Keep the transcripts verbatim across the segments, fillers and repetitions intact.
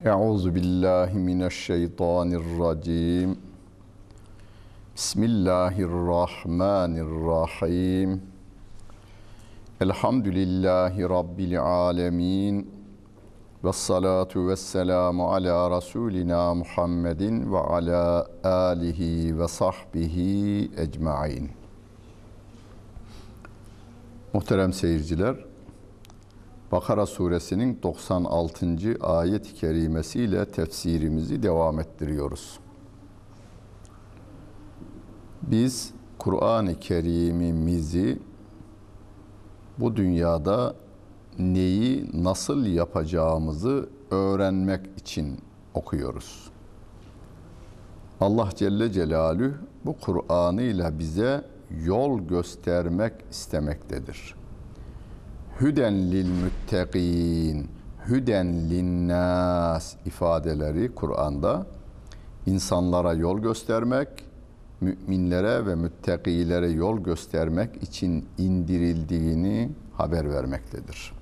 Euzu billahi mineşşeytanirracim. Bismillahirrahmanirrahim. Elhamdülillahi rabbil alamin. Ves salatu vesselamu ala rasulina Muhammedin ve ala alihi ve sahbihi ecmaîn. Muhterem seyirciler, Bakara suresinin doksan altıncı ayet-i kerimesiyle tefsirimizi devam ettiriyoruz. Biz Kur'an-ı Kerim'imizi bu dünyada neyi nasıl yapacağımızı öğrenmek için okuyoruz. Allah Celle Celaluhu bu Kur'an'ıyla bize yol göstermek istemektedir. Hüden lil müttegîn, hüden linnâs ifadeleri Kur'an'da insanlara yol göstermek, müminlere ve müttegilere yol göstermek için indirildiğini haber vermektedir.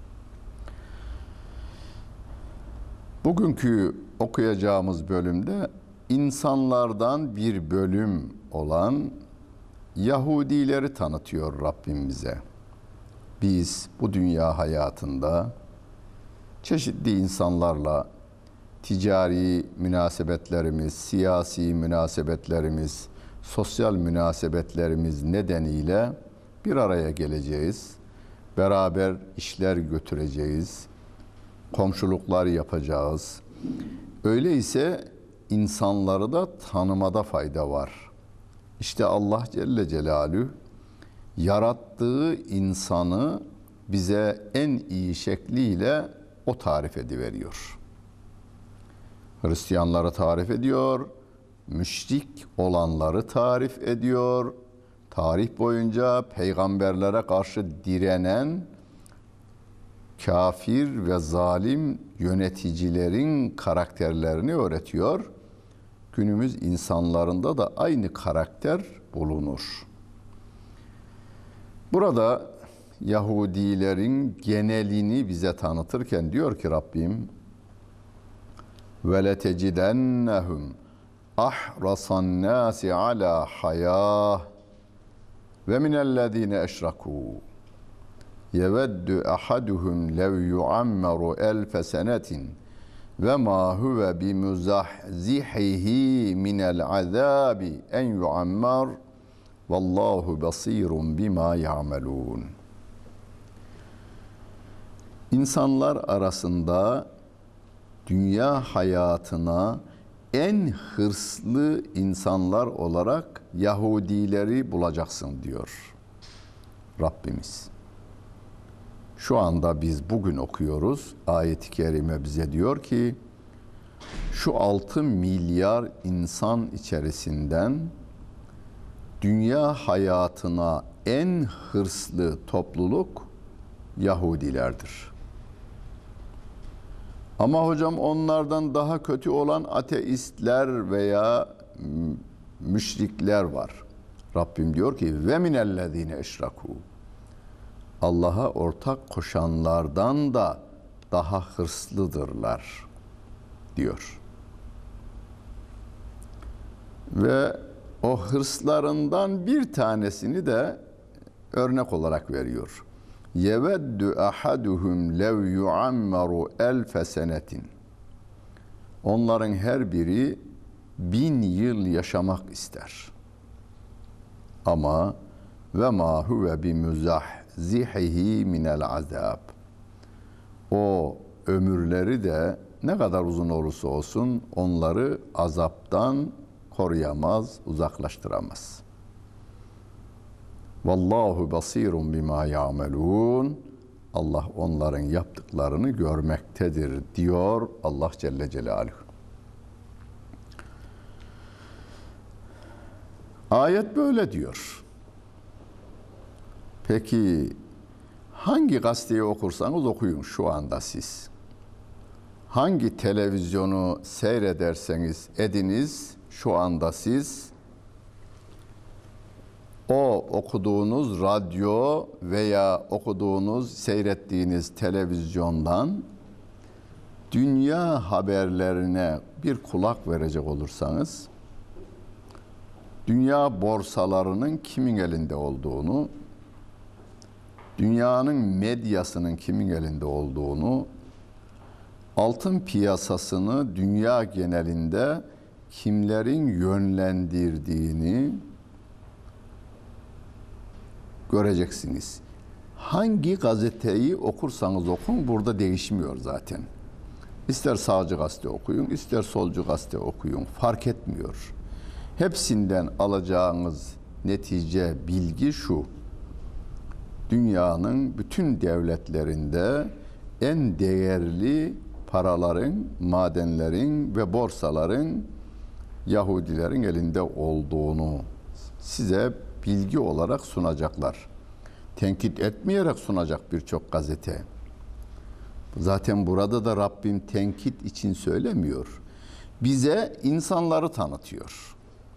Bugünkü okuyacağımız bölümde insanlardan bir bölüm olan Yahudileri tanıtıyor Rabbim bize. Biz bu dünya hayatında çeşitli insanlarla ticari münasebetlerimiz, siyasi münasebetlerimiz, sosyal münasebetlerimiz nedeniyle bir araya geleceğiz. Beraber işler götüreceğiz. Komşuluklar yapacağız. Öyleyse insanları da tanımada fayda var. İşte Allah Celle Celaluhu yarattığı insanı bize en iyi şekliyle o tarif ediveriyor. Hristiyanları tarif ediyor, müşrik olanları tarif ediyor. Tarih boyunca peygamberlere karşı direnen kafir ve zalim yöneticilerin karakterlerini öğretiyor. Günümüz insanlarında da aynı karakter bulunur. Burada Yahudilerin genelini bize tanıtırken diyor ki Rabbim وَلَتَجِدَنَّهُمْ أَحْرَصَ النَّاسِ عَلَى حَيَاةٍ وَمِنَ الَّذ۪ينَ اَشْرَكُوا يَوَدُّ أَحَدُهُمْ لَوْ يُعَمَّرُ أَلْفَ سَنَةٍ وَمَا هُوَ بِمُزَحْزِحِهِ مِنَ الْعَذَابِ اَنْ يُعَمَّرُ Vallahu basirun bima ya'melun. İnsanlar arasında dünya hayatına en hırslı insanlar olarak Yahudileri bulacaksın diyor Rabbimiz. Şu anda biz bugün okuyoruz. Ayet-i kerime bize diyor ki şu altı milyar insan içerisinden dünya hayatına en hırslı topluluk Yahudilerdir. Ama hocam onlardan daha kötü olan ateistler veya müşrikler var. Rabbim diyor ki ve minellezine eşraku. Allah'a ortak koşanlardan da daha hırslıdırlar diyor. Ve o hırslarından bir tanesini de örnek olarak veriyor. Yeveddu ahaduhum lev yuammaru elfe senetin. Onların her biri bin yıl yaşamak ister. Ama ve ma huve bimuzahzihihi minel azab. O ömürleri de ne kadar uzun olursa olsun onları azaptan koruyamaz, uzaklaştıramaz. Vallahu basirun bima ya'melun. Allah onların yaptıklarını görmektedir diyor Allah Celle Celaluhu. Ayet böyle diyor. Peki hangi gazeteyi okursanız okuyun şu anda siz. Hangi televizyonu seyrederseniz ediniz şu anda siz o okuduğunuz radyo veya okuduğunuz, seyrettiğiniz televizyondan dünya haberlerine bir kulak verecek olursanız, dünya borsalarının kimin elinde olduğunu, dünyanın medyasının kimin elinde olduğunu, altın piyasasını dünya genelinde kimlerin yönlendirdiğini göreceksiniz. Hangi gazeteyi okursanız okun burada değişmiyor zaten. İster sağcı gazete okuyun, ister solcu gazete okuyun, fark etmiyor. Hepsinden alacağınız netice, bilgi şu: dünyanın bütün devletlerinde en değerli paraların, madenlerin ve borsaların Yahudilerin elinde olduğunu size bilgi olarak sunacaklar. Tenkit etmeyerek sunacak birçok gazete. Zaten burada da Rabbim tenkit için söylemiyor. Bize insanları tanıtıyor.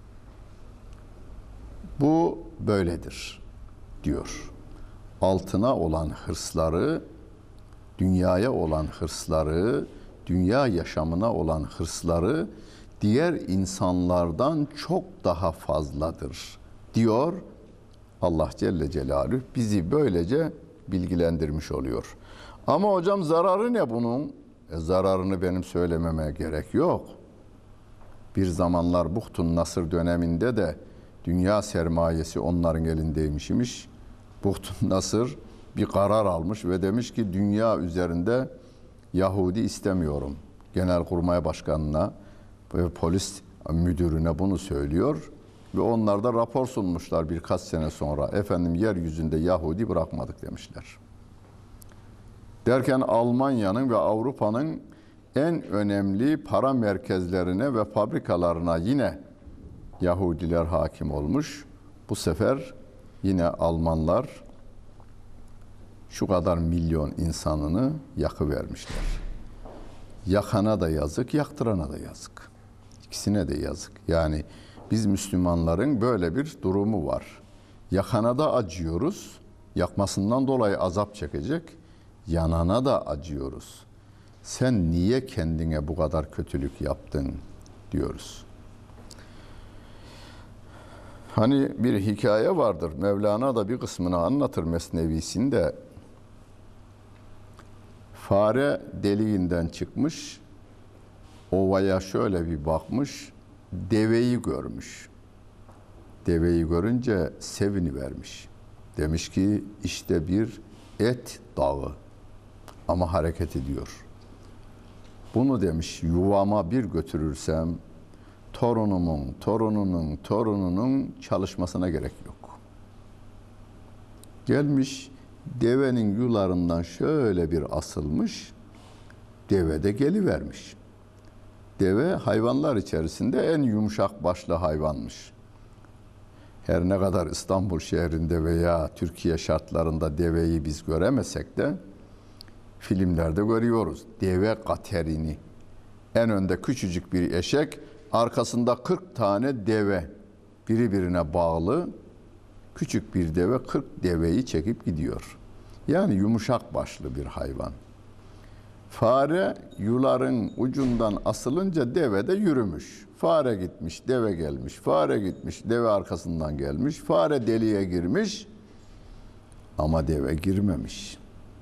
Bu böyledir diyor. Altına olan hırsları, dünyaya olan hırsları, dünya yaşamına olan hırsları diğer insanlardan çok daha fazladır diyor Allah Celle Celaluhu. Bizi böylece bilgilendirmiş oluyor. Ama hocam zararı ne bunun? E, zararını benim söylememe gerek yok. Bir zamanlar Buhtun Nasır döneminde de dünya sermayesi onların elindeymişmiş. Buhtun Nasır bir karar almış ve demiş ki dünya üzerinde Yahudi istemiyorum. Genelkurmay Başkanı'na ve polis müdürüne bunu söylüyor ve onlar da rapor sunmuşlar birkaç sene sonra. Efendim yeryüzünde Yahudi bırakmadık demişler. Derken Almanya'nın ve Avrupa'nın en önemli para merkezlerine ve fabrikalarına yine Yahudiler hakim olmuş. Bu sefer yine Almanlar şu kadar milyon insanını yakıvermişler. Yakana da yazık, yaktırana da yazık. İkisine de yazık. Yani biz Müslümanların böyle bir durumu var. Yakana da acıyoruz. Yakmasından dolayı azap çekecek. Yanana da acıyoruz. Sen niye kendine bu kadar kötülük yaptın diyoruz. Hani bir hikaye vardır. Mevlana da bir kısmını anlatır Mesnevisinde. Fare deliğinden çıkmış, ovaya şöyle bir bakmış, deveyi görmüş. Deveyi görünce sevinivermiş. Demiş ki işte bir et dağı ama hareket ediyor. Bunu demiş yuvama bir götürürsem torunumun, torununun, torununun çalışmasına gerek yok. Gelmiş devenin yularından şöyle bir asılmış, deve de gelivermiş. Deve hayvanlar içerisinde en yumuşak başlı hayvanmış. Her ne kadar İstanbul şehrinde veya Türkiye şartlarında deveyi biz göremesek de filmlerde görüyoruz. Deve katerini. En önde küçücük bir eşek, arkasında kırk tane deve birbirine bağlı. Küçük bir deve kırk deveyi çekip gidiyor. Yani yumuşak başlı bir hayvan. Fare yuların ucundan asılınca deve de yürümüş. Fare gitmiş, deve gelmiş. Fare gitmiş, deve arkasından gelmiş. Fare deliğe girmiş ama deve girmemiş.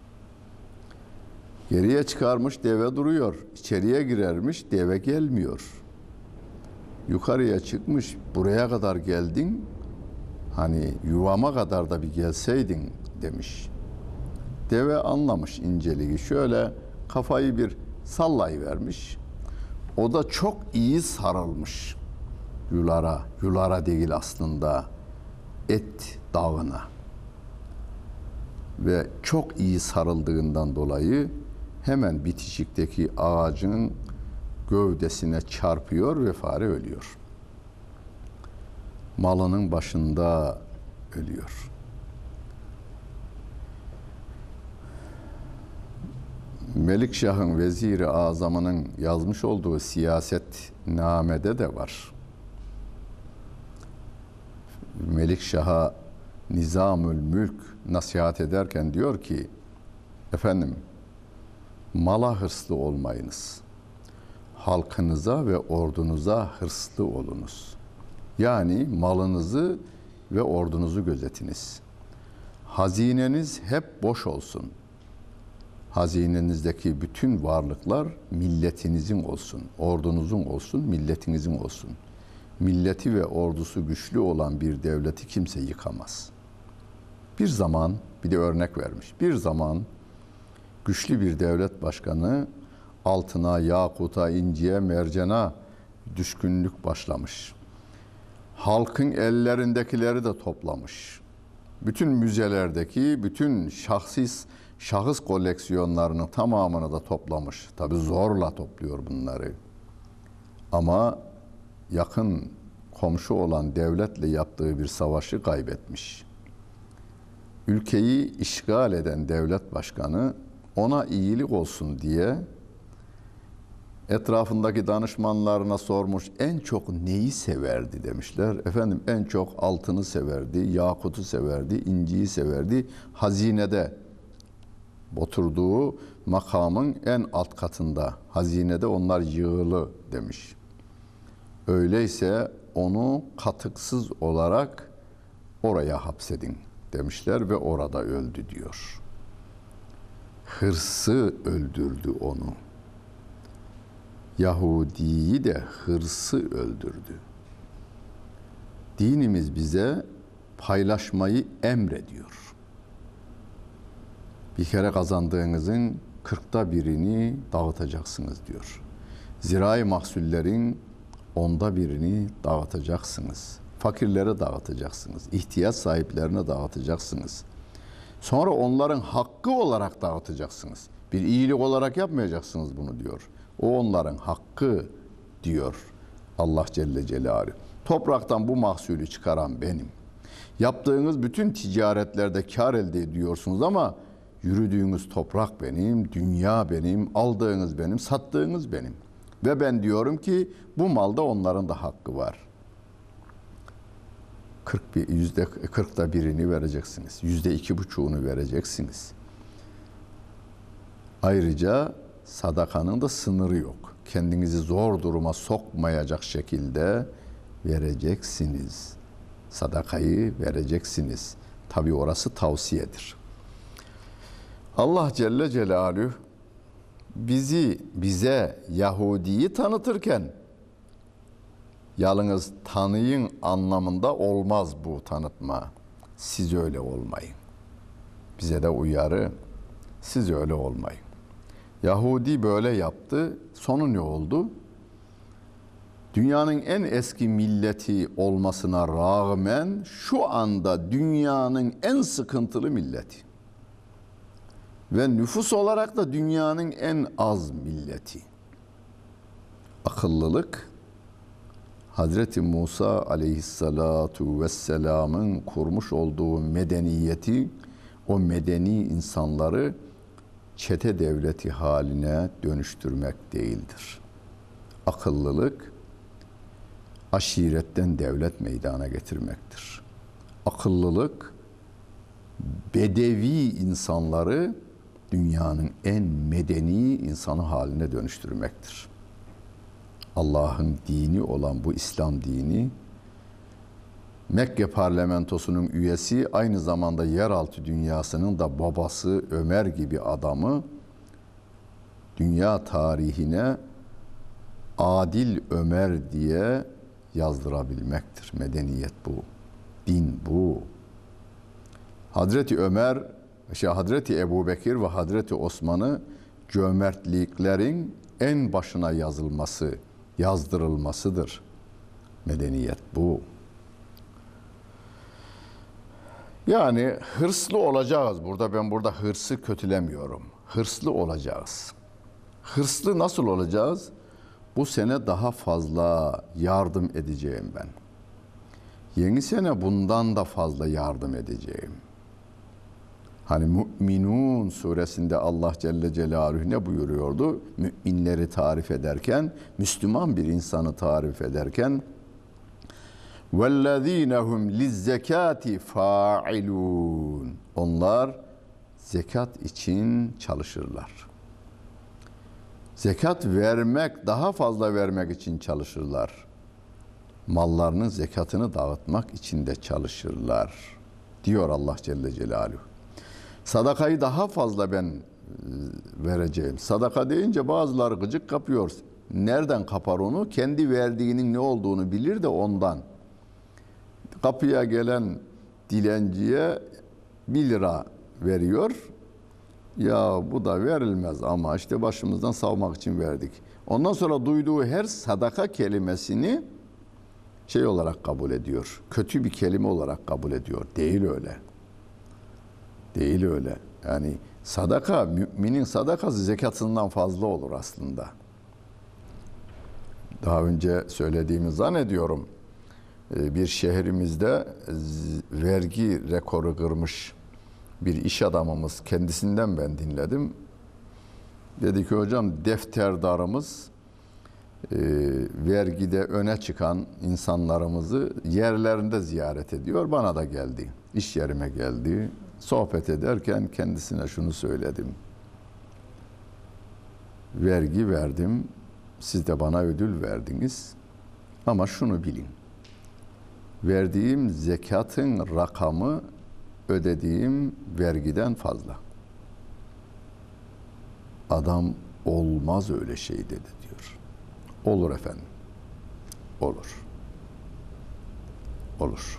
Geriye çıkarmış, deve duruyor. İçeriye girermiş, deve gelmiyor. Yukarıya çıkmış, buraya kadar geldin, hani yuvama kadar da bir gelseydin demiş. Deve anlamış inceliği. Şöyle kafayı bir sallayıvermiş. O da çok iyi sarılmış yulara. Yulara değil aslında, et dağına. Ve çok iyi sarıldığından dolayı hemen bitişikteki ağacın gövdesine çarpıyor ve fare ölüyor. Malının başında ölüyor. Melikşah'ın Vezir-i Azam'ının yazmış olduğu siyasetnamede de var. Melikşah'a Nizamül Mülk nasihat ederken diyor ki, efendim Mala hırslı olmayınız. Halkınıza ve ordunuza hırslı olunuz. Yani malınızı ve ordunuzu gözetiniz. Hazineniz hep boş olsun. Hazinenizdeki bütün varlıklar milletinizin olsun, ordunuzun olsun, milletinizin olsun. Milleti ve ordusu güçlü olan bir devleti kimse yıkamaz. Bir zaman, bir de örnek vermiş, bir zaman güçlü bir devlet başkanı altına, yakuta, inciye, mercana düşkünlük başlamış. Halkın ellerindekileri de toplamış. Bütün müzelerdeki, bütün şahsis, şahıs koleksiyonlarının tamamını da toplamış. Tabi zorla topluyor bunları. Ama yakın komşu olan devletle yaptığı bir savaşı kaybetmiş. Ülkeyi işgal eden devlet başkanı ona iyilik olsun diye etrafındaki danışmanlarına sormuş, en çok neyi severdi demişler. Efendim en çok altını severdi, yakutu severdi, inciyi severdi. Hazinede oturduğu makamın en alt katında, hazinede onlar yığılı demiş. Öyleyse onu katıksız olarak oraya hapsedin demişler ve orada öldü diyor. Hırsı öldürdü onu. Yahudi'yi de hırsı öldürdü. Dinimiz bize paylaşmayı emrediyor. Bir kere kazandığınızın kırkta birini dağıtacaksınız diyor. Zirai mahsullerin onda birini dağıtacaksınız. Fakirlere dağıtacaksınız. İhtiyaç sahiplerine dağıtacaksınız. Sonra onların hakkı olarak dağıtacaksınız. Bir iyilik olarak yapmayacaksınız bunu diyor. O onların hakkı diyor Allah Celle Celaluhu. Topraktan bu mahsulü çıkaran benim. Yaptığınız bütün ticaretlerde kar elde ediyorsunuz ama yürüdüğünüz toprak benim, dünya benim, aldığınız benim, sattığınız benim. Ve ben diyorum ki bu malda onların da hakkı var. kırk bir, yüzde kırkta birini vereceksiniz. Yüzde iki buçuğunu vereceksiniz. Ayrıca sadakanın da sınırı yok. Kendinizi zor duruma sokmayacak şekilde vereceksiniz. Sadakayı vereceksiniz. Tabii orası tavsiyedir. Allah Celle Celaluhu bizi, bize Yahudi'yi tanıtırken yalnız tanıyın anlamında olmaz bu tanıtma. Siz öyle olmayın. Bize de uyarı, siz öyle olmayın. Yahudi böyle yaptı. Sonu ne oldu? Dünyanın en eski milleti olmasına rağmen şu anda dünyanın en sıkıntılı milleti. Ve nüfus olarak da dünyanın en az milleti. Akıllılık, Hazreti Musa aleyhissalatu vesselamın kurmuş olduğu medeniyeti, o medeni insanları çete devleti haline dönüştürmek değildir. Akıllılık, aşiretten devlet meydana getirmektir. Akıllılık, bedevi insanları dünyanın en medeni insanı haline dönüştürmektir. Allah'ın dini olan bu İslam dini, Mekke parlamentosunun üyesi, aynı zamanda yeraltı dünyasının da babası Ömer gibi adamı dünya tarihine Adil Ömer diye yazdırabilmektir. Medeniyet bu. Din bu. Hazreti Ömer, şey, Hazreti Ebubekir ve Hazreti Osman'ı cömertliklerin en başına yazılması, yazdırılmasıdır. Medeniyet bu. Yani hırslı olacağız. Burada ben burada hırsı kötülemiyorum. Hırslı olacağız. Hırslı nasıl olacağız? Bu sene daha fazla yardım edeceğim ben. Yeni sene bundan da fazla yardım edeceğim. Hani Mü'minun suresinde Allah Celle Celaluhu ne buyuruyordu? Müminleri tarif ederken, Müslüman bir insanı tarif ederken وَالَّذ۪ينَ هُمْ لِلزَّكَاتِ فَاعِلُونَ Onlar zekat için çalışırlar. Zekat vermek, daha fazla vermek için çalışırlar. Mallarının zekatını dağıtmak için de çalışırlar, diyor Allah Celle Celaluhu. Sadakayı daha fazla ben vereceğim. Sadaka deyince bazıları gıcık kapıyor. Nereden kapar onu? Kendi verdiğinin ne olduğunu bilir de ondan. Kapıya gelen dilenciye bir lira veriyor. Ya bu da verilmez ama işte başımızdan savmak için verdik. Ondan sonra duyduğu her sadaka kelimesini şey olarak kabul ediyor. Kötü bir kelime olarak kabul ediyor. Değil öyle. Değil öyle. Yani sadaka, müminin sadakası zekatından fazla olur aslında. Daha önce söylediğimi zannediyorum. Bir şehrimizde vergi rekoru kırmış bir iş adamımız, kendisinden ben dinledim. Dedi ki hocam defterdarımız e, vergide öne çıkan insanlarımızı yerlerinde ziyaret ediyor. Bana da geldi. İş yerime geldi. Sohbet ederken kendisine şunu söyledim. Vergi verdim. Siz de bana ödül verdiniz. Ama şunu bilin. Verdiğim zekatın rakamı ödediğim vergiden fazla. Adam olmaz öyle şey dedi diyor. Olur efendim. Olur. Olur.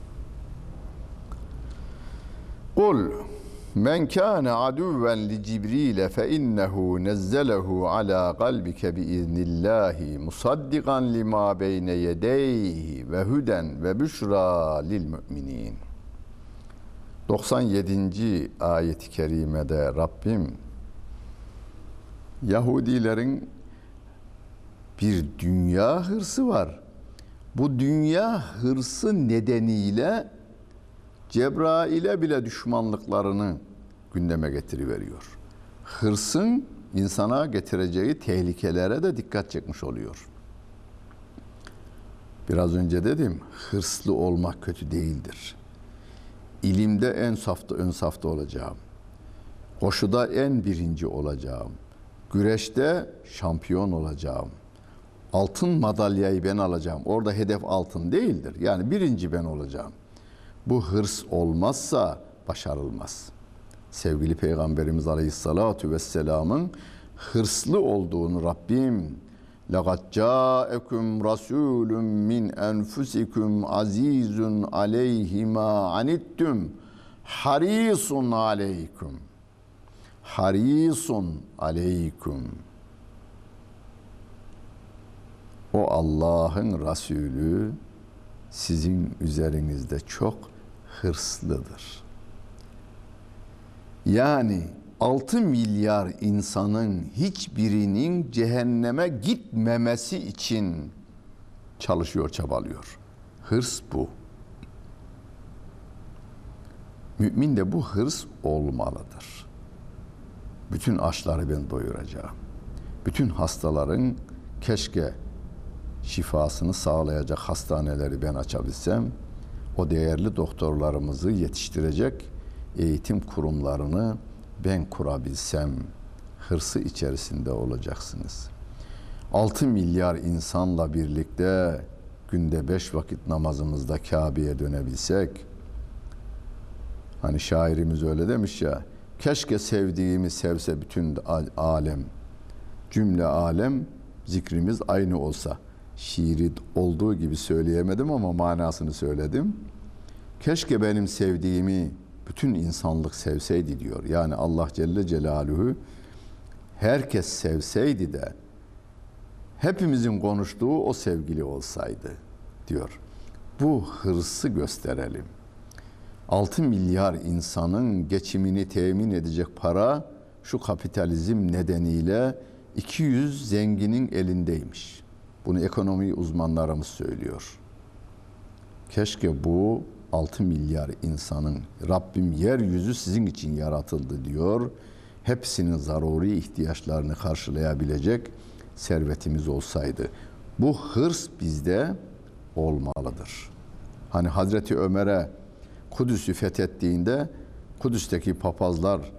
Kul men kâne aduven li Cibril fe innehu nezzelehu ala kalbike biiznillâhi musaddikan lima beyne yedeyhi ve huden ve büşra lil müminin. doksan yedinci ayet-i kerimede Rabbim Yahudilerin bir dünya hırsı var. Bu dünya hırsı nedeniyle Cebrail'e bile düşmanlıklarını gündeme getiriveriyor. Hırsın insana getireceği tehlikelere de dikkat çekmiş oluyor. Biraz önce dedim, hırslı olmak kötü değildir. İlimde en safta, ön safta olacağım. Koşuda en birinci olacağım. Güreşte şampiyon olacağım. Altın madalyayı ben alacağım. Orada hedef altın değildir. Yani birinci ben olacağım. Bu hırs olmazsa başarılmaz. Sevgili Peygamberimiz Aleyhissalatu Vesselam'ın hırslı olduğunu Rabbim لَقَدْ جَاءَكُمْ رَسُولٌ مِّنْ أَنْفُسِكُمْ عَز۪يزٌ عَلَيْهِ مَا عَنِتْتُمْ حَر۪يصٌ عَلَيْكُمْ حَر۪يصٌ عَلَيْكُمْ O Allah'ın Resulü sizin üzerinizde çok hırslıdır. Yani altı milyar insanın hiçbirinin cehenneme gitmemesi için çalışıyor, çabalıyor. Hırs bu. Mümin de bu hırs olmalıdır. Bütün açları ben doyuracağım. Bütün hastaların keşke şifasını sağlayacak hastaneleri ben açabilsem, o değerli doktorlarımızı yetiştirecek eğitim kurumlarını ben kurabilsem, hırsı içerisinde olacaksınız. altı milyar insanla birlikte günde beş vakit namazımızda Kabe'ye dönebilsek, hani şairimiz öyle demiş ya, keşke sevdiğimi sevse bütün alem, cümle alem zikrimiz aynı olsa. Şiiri olduğu gibi söyleyemedim ama manasını söyledim. Keşke benim sevdiğimi bütün insanlık sevseydi diyor. Yani Allah Celle Celaluhu herkes sevseydi de hepimizin konuştuğu o sevgili olsaydı diyor. Bu hırsı gösterelim. altı milyar insanın geçimini temin edecek para şu kapitalizm nedeniyle iki yüz zenginin elindeymiş. Bunu ekonomi uzmanlarımız söylüyor. Keşke bu altı milyar insanın, Rabbim yeryüzü sizin için yaratıldı diyor. Hepsinin zaruri ihtiyaçlarını karşılayabilecek servetimiz olsaydı. Bu hırs bizde olmalıdır. Hani Hazreti Ömer'e Kudüs'ü fethettiğinde Kudüs'teki papazlar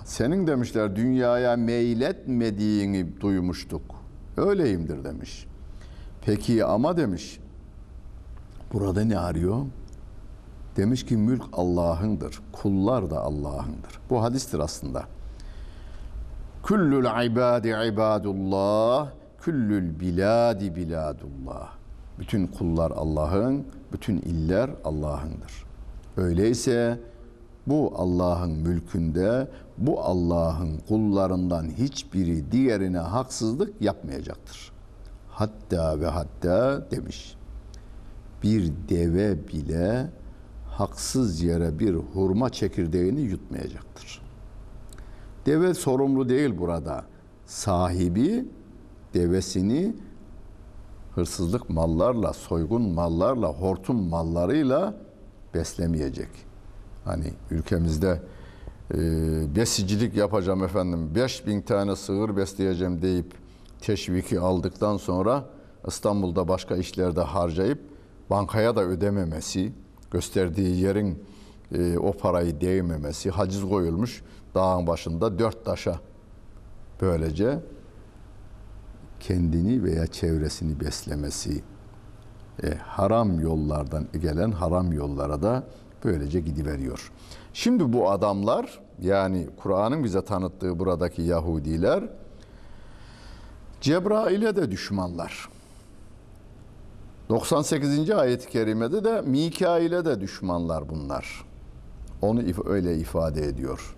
Senin demişler dünyaya meyletmediğini duymuştuk. Öyleyimdir demiş. Peki ama demiş, burada ne arıyor? Demiş ki mülk Allah'ındır, kullar da Allah'ındır. Bu hadistir aslında. Kullul ibadi ibadullah, kullul biladi biladullah. Bütün kullar Allah'ın, bütün iller Allah'ındır. Öyleyse bu Allah'ın mülkünde, bu Allah'ın kullarından hiçbiri diğerine haksızlık yapmayacaktır. Hatta ve hatta demiş, bir deve bile haksız yere bir hurma çekirdeğini yutmayacaktır. Deve sorumlu değil burada. Sahibi devesini hırsızlık mallarla, soygun mallarla, hortum mallarıyla beslemeyecek. Hani ülkemizde e, besicilik yapacağım efendim, beş bin tane sığır besleyeceğim deyip teşviki aldıktan sonra İstanbul'da başka işlerde harcayıp bankaya da ödememesi, gösterdiği yerin e, o parayı değmemesi, haciz koyulmuş dağın başında dört taşa. Böylece kendini veya çevresini beslemesi, e, haram yollardan gelen haram yollara da böylece gidiveriyor. Şimdi bu adamlar, yani Kur'an'ın bize tanıttığı buradaki Yahudiler, Cebrail'e de düşmanlar. doksan sekizinci ayet-i kerimede de Mikail'e de düşmanlar bunlar. Onu öyle ifade ediyor.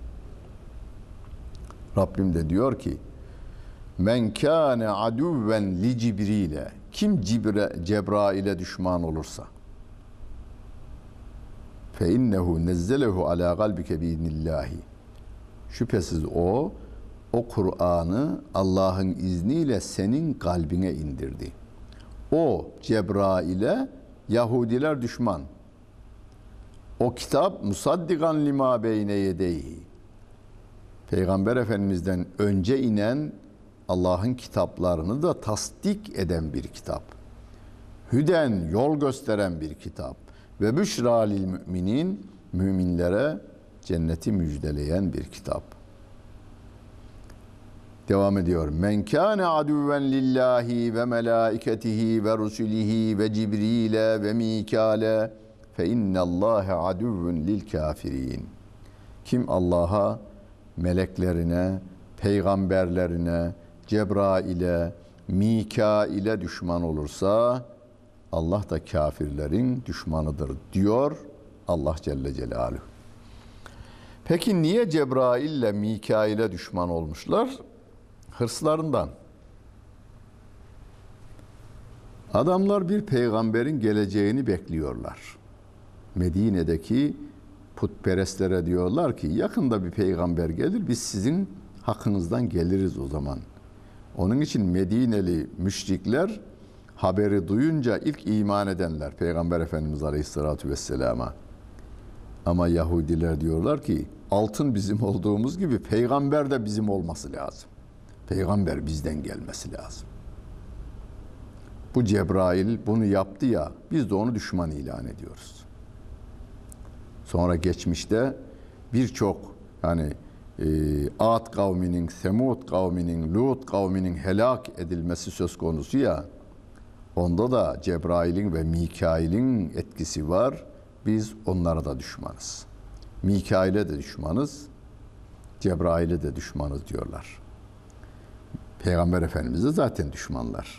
Rabbim de diyor ki, men kâne aduvven li Cibril'e, kim Cibre, Cebrail'e düşman olursa, fe innehu nezzelehu ala kalbike biidnillahi, şüphesiz o o Kur'an'ı Allah'ın izniyle senin kalbine indirdi. O Cebrail'e Yahudiler düşman. O kitap musaddigan lima beyne yedeyhi, Peygamber Efendimiz'den önce inen Allah'ın kitaplarını da tasdik eden bir kitap. Hüden, yol gösteren bir kitap. Ve büşra lil müminin, müminlere cenneti müjdeleyen bir kitap. Devam ediyor. Men kâne aduven lillahi ve melâiketihi ve rusulihi ve Cibril'e ve Mikâle fe innallâhe aduvun lil kâfirin. Kim Allah'a, meleklerine, peygamberlerine, Cebrail'e, Mikail'e düşman olursa Allah da kafirlerin düşmanıdır diyor Allah Celle Celaluhu. Peki niye Cebrail'le Mikail'e düşman olmuşlar? Hırslarından. Adamlar bir peygamberin geleceğini bekliyorlar. Medine'deki putperestlere diyorlar ki yakında bir peygamber gelir, biz sizin hakkınızdan geliriz o zaman. Onun için Medineli müşrikler haberi duyunca ilk iman edenler Peygamber Efendimiz Aleyhisselatü Vesselam'a. Ama Yahudiler diyorlar ki altın bizim olduğumuz gibi peygamber de bizim olması lazım. Peygamber bizden gelmesi lazım. Bu Cebrail bunu yaptı ya, biz de onu düşman ilan ediyoruz. Sonra geçmişte birçok yani e, Ad kavminin, Semud kavminin, Lut kavminin helak edilmesi söz konusu ya, onda da Cebrail'in ve Mikail'in etkisi var. Biz onlara da düşmanız. Mikail'e de düşmanız, Cebrail'e de düşmanız diyorlar. Peygamber Efendimiz'e zaten düşmanlar.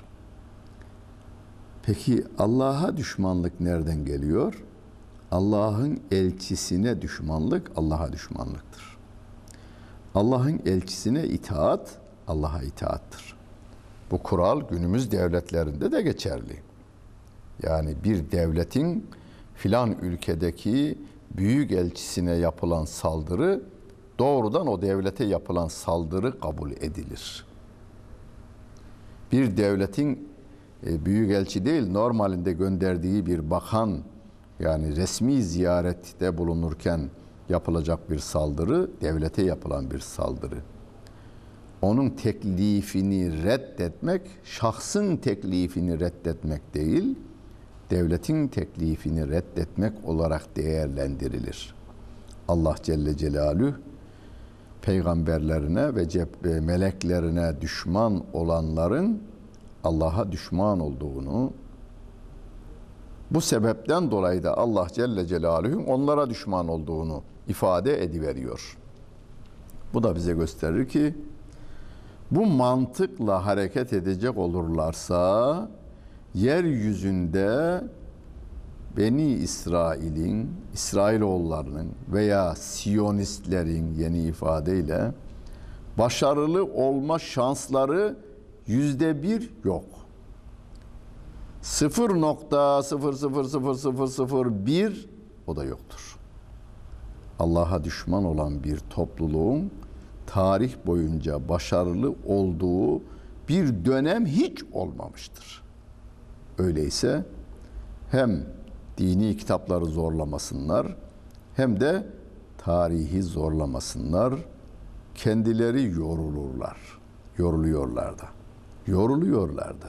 Peki Allah'a düşmanlık nereden geliyor? Allah'ın elçisine düşmanlık, Allah'a düşmanlıktır. Allah'ın elçisine itaat, Allah'a itaattır. Bu kural günümüz devletlerinde de geçerli. Yani bir devletin filan ülkedeki büyük elçisine yapılan saldırı, doğrudan o devlete yapılan saldırı kabul edilir. Bir devletin büyük elçi değil, normalinde gönderdiği bir bakan, yani resmi ziyarette bulunurken yapılacak bir saldırı, devlete yapılan bir saldırı. Onun teklifini reddetmek, şahsın teklifini reddetmek değil, devletin teklifini reddetmek olarak değerlendirilir. Allah Celle Celaluhu peygamberlerine ve ceb- meleklerine düşman olanların Allah'a düşman olduğunu, bu sebepten dolayı da Allah Celle Celaluhu'nun onlara düşman olduğunu ifade ediveriyor. Bu da bize gösterir ki bu mantıkla hareket edecek olurlarsa yeryüzünde Beni İsrail'in, İsrailoğullarının veya Siyonistlerin yeni ifadeyle başarılı olma şansları yüzde bir yok. sıfır nokta sıfır sıfır sıfır sıfır sıfır bir o da yoktur. Allah'a düşman olan bir topluluğun tarih boyunca başarılı olduğu bir dönem hiç olmamıştır. Öyleyse hem dini kitapları zorlamasınlar hem de tarihi zorlamasınlar. Kendileri yorulurlar. Yoruluyorlar da. Yoruluyorlar da.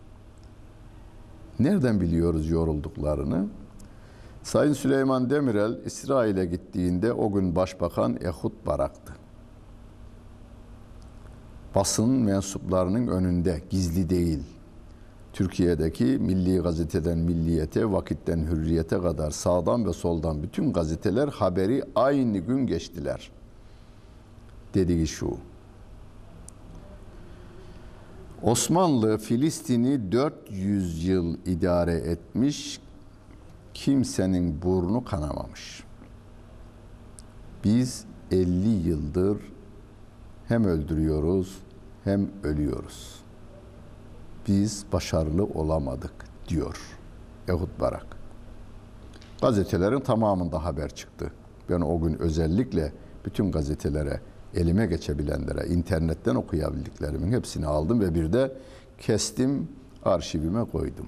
Nereden biliyoruz yorulduklarını? Sayın Süleyman Demirel İsrail'e gittiğinde o gün Başbakan Ehud Barak'tı. Basın mensuplarının önünde, gizli değil. Türkiye'deki Milli Gazete'den Milliyet'e, Vakit'ten Hürriyet'e kadar sağdan ve soldan bütün gazeteler haberi aynı gün geçtiler. Dediği şu: Osmanlı Filistin'i dört yüz yıl idare etmiş, kimsenin burnu kanamamış. Biz elli yıldır hem öldürüyoruz hem ölüyoruz. Biz başarılı olamadık diyor Ehud Barak. Gazetelerin tamamında haber çıktı. Ben o gün özellikle bütün gazetelere, elime geçebilenlere, internetten okuyabildiklerimin hepsini aldım ve bir de kestim, arşivime koydum.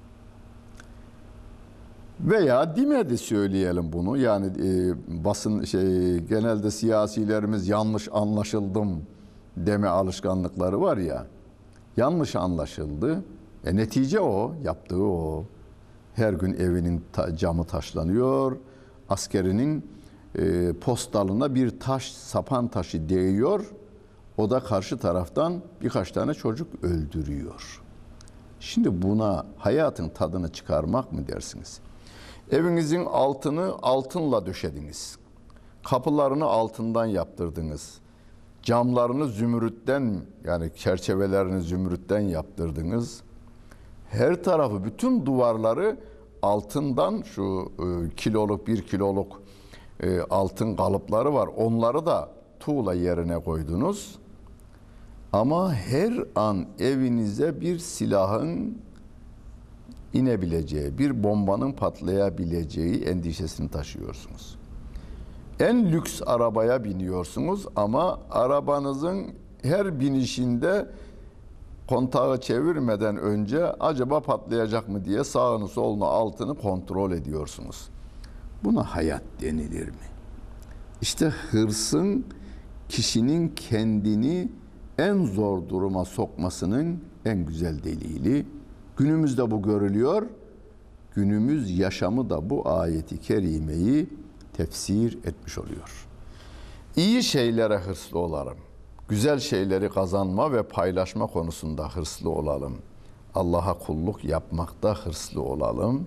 Veya demedi söyleyelim bunu. Yani e, basın şey genelde siyasilerimiz yanlış anlaşıldım deme alışkanlıkları var ya. Yanlış anlaşıldı. E, netice o, yaptığı o. Her gün evinin ta, camı taşlanıyor. Askerinin e, postalına bir taş, sapan taşı değiyor. O da karşı taraftan birkaç tane çocuk öldürüyor. Şimdi buna hayatın tadını çıkarmak mı dersiniz? Evinizin altını altınla döşediniz. Kapılarını altından yaptırdınız. Camlarını zümrütten, yani çerçevelerini zümrütten yaptırdınız. Her tarafı, bütün duvarları altından, şu e, kiloluk, bir kiloluk e, altın kalıpları var. Onları da tuğla yerine koydunuz. Ama her an evinize bir silahın inebileceği, bir bombanın patlayabileceği endişesini taşıyorsunuz. En lüks arabaya biniyorsunuz ama arabanızın her binişinde kontağı çevirmeden önce acaba patlayacak mı diye sağını solunu altını kontrol ediyorsunuz. Buna hayat denilir mi? İşte hırsın kişinin kendini en zor duruma sokmasının en güzel delili. Günümüzde bu görülüyor. Günümüz yaşamı da bu ayeti kerimeyi tefsir etmiş oluyor. İyi şeylere hırslı olalım. Güzel şeyleri kazanma ve paylaşma konusunda hırslı olalım. Allah'a kulluk yapmakta hırslı olalım.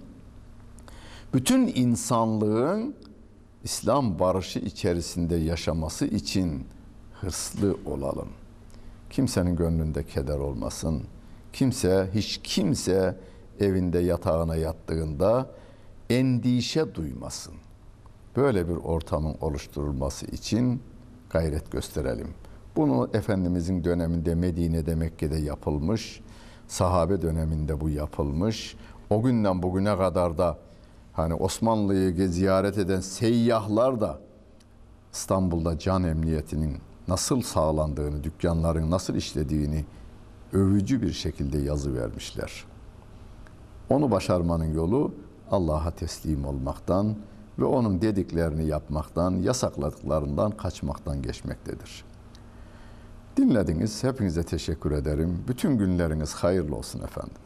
Bütün insanlığın İslam barışı içerisinde yaşaması için hırslı olalım. Kimsenin gönlünde keder olmasın. Kimse, hiç kimse evinde yatağına yattığında endişe duymasın. Böyle bir ortamın oluşturulması için gayret gösterelim. Bunu Efendimizin döneminde Medine'de, Mekke'de yapılmış, sahabe döneminde bu yapılmış. O günden bugüne kadar da hani Osmanlı'yı ziyaret eden seyyahlar da İstanbul'da can emniyetinin nasıl sağlandığını, dükkanların nasıl işlediğini övücü bir şekilde yazı vermişler. Onu başarmanın yolu Allah'a teslim olmaktan ve onun dediklerini yapmaktan, yasakladıklarından kaçmaktan geçmektedir. Dinlediniz. Hepinize teşekkür ederim. Bütün günleriniz hayırlı olsun efendim.